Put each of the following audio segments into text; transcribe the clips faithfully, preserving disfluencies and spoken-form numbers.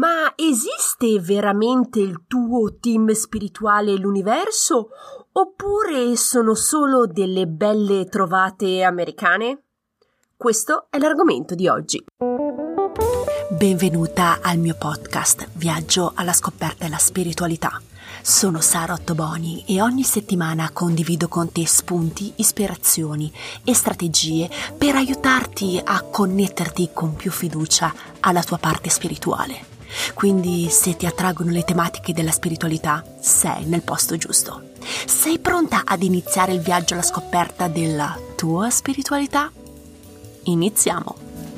Ma esiste veramente il tuo team spirituale e l'universo? Oppure sono solo delle belle trovate americane? Questo è l'argomento di oggi. Benvenuta al mio podcast Viaggio alla scoperta della spiritualità. Sono Sara Ottoboni e ogni settimana condivido con te spunti, ispirazioni e strategie per aiutarti a connetterti con più fiducia alla tua parte spirituale. Quindi, se ti attraggono le tematiche della spiritualità, sei nel posto giusto. Sei pronta ad iniziare il viaggio alla scoperta della tua spiritualità? Iniziamo!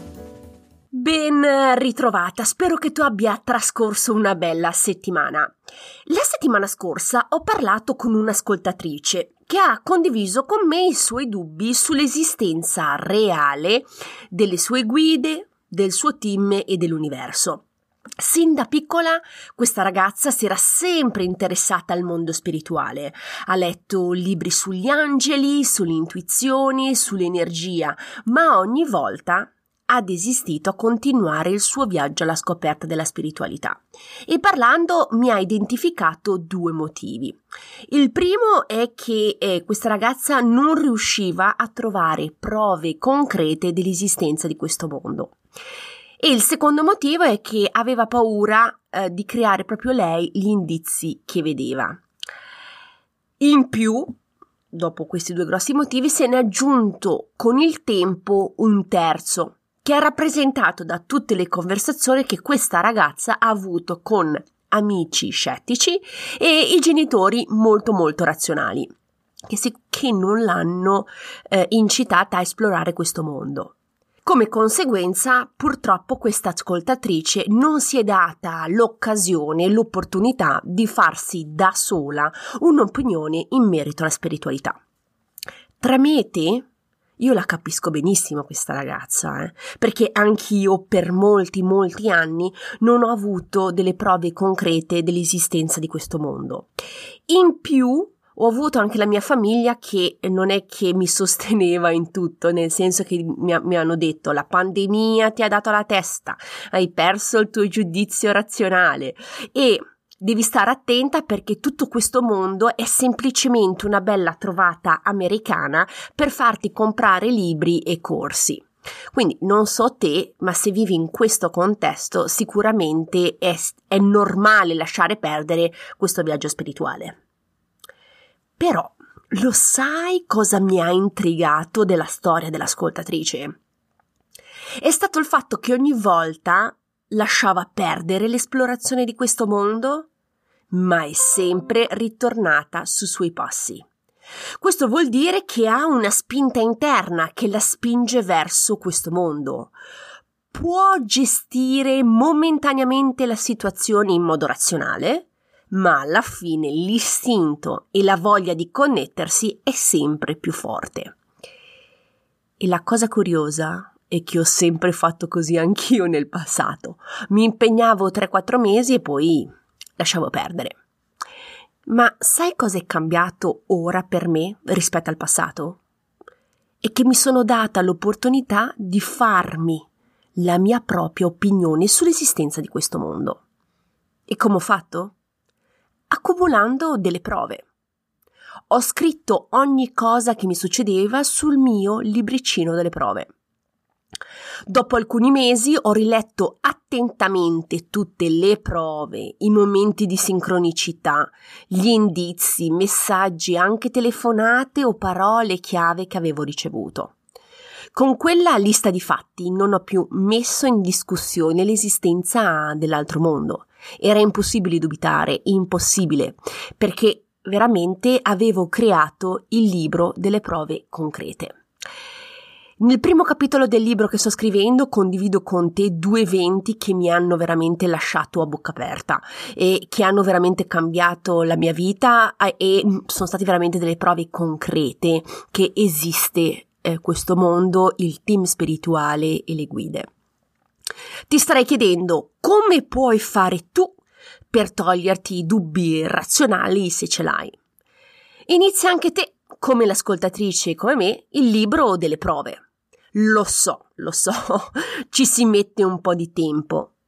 Ben ritrovata, spero che tu abbia trascorso una bella settimana. La settimana scorsa ho parlato con un'ascoltatrice che ha condiviso con me i suoi dubbi sull'esistenza reale delle sue guide, del suo team e dell'universo. Sin da piccola questa ragazza si era sempre interessata al mondo spirituale, ha letto libri sugli angeli, sulle intuizioni, sull'energia, ma ogni volta ha desistito a continuare il suo viaggio alla scoperta della spiritualità. E parlando mi ha identificato due motivi. Il primo è che eh, questa ragazza non riusciva a trovare prove concrete dell'esistenza di questo mondo. E il secondo motivo è che aveva paura eh, di creare proprio lei gli indizi che vedeva. In più, dopo questi due grossi motivi, se ne è aggiunto con il tempo un terzo, che è rappresentato da tutte le conversazioni che questa ragazza ha avuto con amici scettici e i genitori molto molto razionali, che, si, che non l'hanno eh, incitata a esplorare questo mondo. Come conseguenza, purtroppo questa ascoltatrice non si è data l'occasione, l'opportunità di farsi da sola un'opinione in merito alla spiritualità. Tramite, io la capisco benissimo questa ragazza, eh, perché anch'io per molti molti anni non ho avuto delle prove concrete dell'esistenza di questo mondo. In più, ho avuto anche la mia famiglia che non è che mi sosteneva in tutto, nel senso che mi, mi hanno detto: la pandemia ti ha dato la testa, hai perso il tuo giudizio razionale e devi stare attenta perché tutto questo mondo è semplicemente una bella trovata americana per farti comprare libri e corsi. Quindi non so te, ma se vivi in questo contesto sicuramente è, è normale lasciare perdere questo viaggio spirituale. Però, lo sai cosa mi ha intrigato della storia dell'ascoltatrice? È stato il fatto che ogni volta lasciava perdere l'esplorazione di questo mondo, ma è sempre ritornata sui suoi passi. Questo vuol dire che ha una spinta interna che la spinge verso questo mondo. Può gestire momentaneamente la situazione in modo razionale, ma alla fine l'istinto e la voglia di connettersi è sempre più forte. E la cosa curiosa è che ho sempre fatto così anch'io nel passato. Mi impegnavo tre quattro mesi e poi lasciavo perdere. Ma sai cosa è cambiato ora per me rispetto al passato? È che mi sono data l'opportunità di farmi la mia propria opinione sull'esistenza di questo mondo. E come ho fatto? Accumulando delle prove. Ho scritto ogni cosa che mi succedeva sul mio libricino delle prove. Dopo alcuni mesi ho riletto attentamente tutte le prove, i momenti di sincronicità, gli indizi, messaggi, anche telefonate o parole chiave che avevo ricevuto. Con quella lista di fatti non ho più messo in discussione l'esistenza dell'altro mondo. Era impossibile dubitare, impossibile, perché veramente avevo creato il libro delle prove concrete. Nel primo capitolo del libro che sto scrivendo condivido con te due eventi che mi hanno veramente lasciato a bocca aperta e che hanno veramente cambiato la mia vita e sono state veramente delle prove concrete che esiste eh, questo mondo, il team spirituale e le guide. Ti starei chiedendo come puoi fare tu per toglierti i dubbi razionali se ce l'hai. Inizia anche te, come l'ascoltatrice e come me, il libro delle prove. Lo so, lo so, ci si mette un po' di tempo,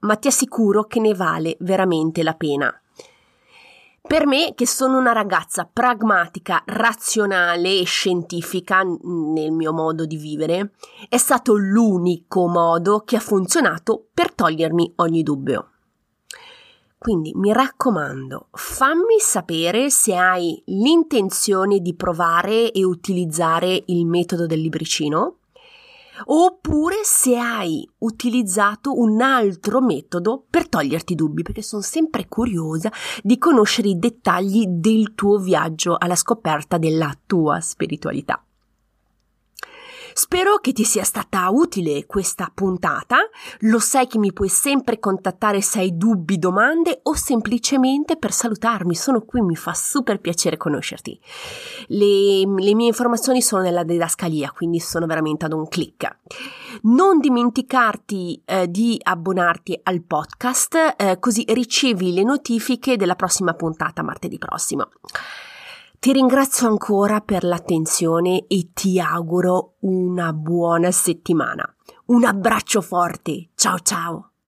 ma ti assicuro che ne vale veramente la pena. Per me, che sono una ragazza pragmatica, razionale e scientifica nel mio modo di vivere, è stato l'unico modo che ha funzionato per togliermi ogni dubbio. Quindi mi raccomando, fammi sapere se hai l'intenzione di provare e utilizzare il metodo del libricino, oppure se hai utilizzato un altro metodo per toglierti dubbi, perché sono sempre curiosa di conoscere i dettagli del tuo viaggio alla scoperta della tua spiritualità. Spero che ti sia stata utile questa puntata. Lo sai che mi puoi sempre contattare se hai dubbi, domande o semplicemente per salutarmi. Sono qui, mi fa super piacere conoscerti. Le, le mie informazioni sono nella didascalia, quindi sono veramente ad un click. Non dimenticarti eh, di abbonarti al podcast, eh, così ricevi le notifiche della prossima puntata martedì prossimo. Ti ringrazio ancora per l'attenzione e ti auguro una buona settimana. Un abbraccio forte. Ciao ciao.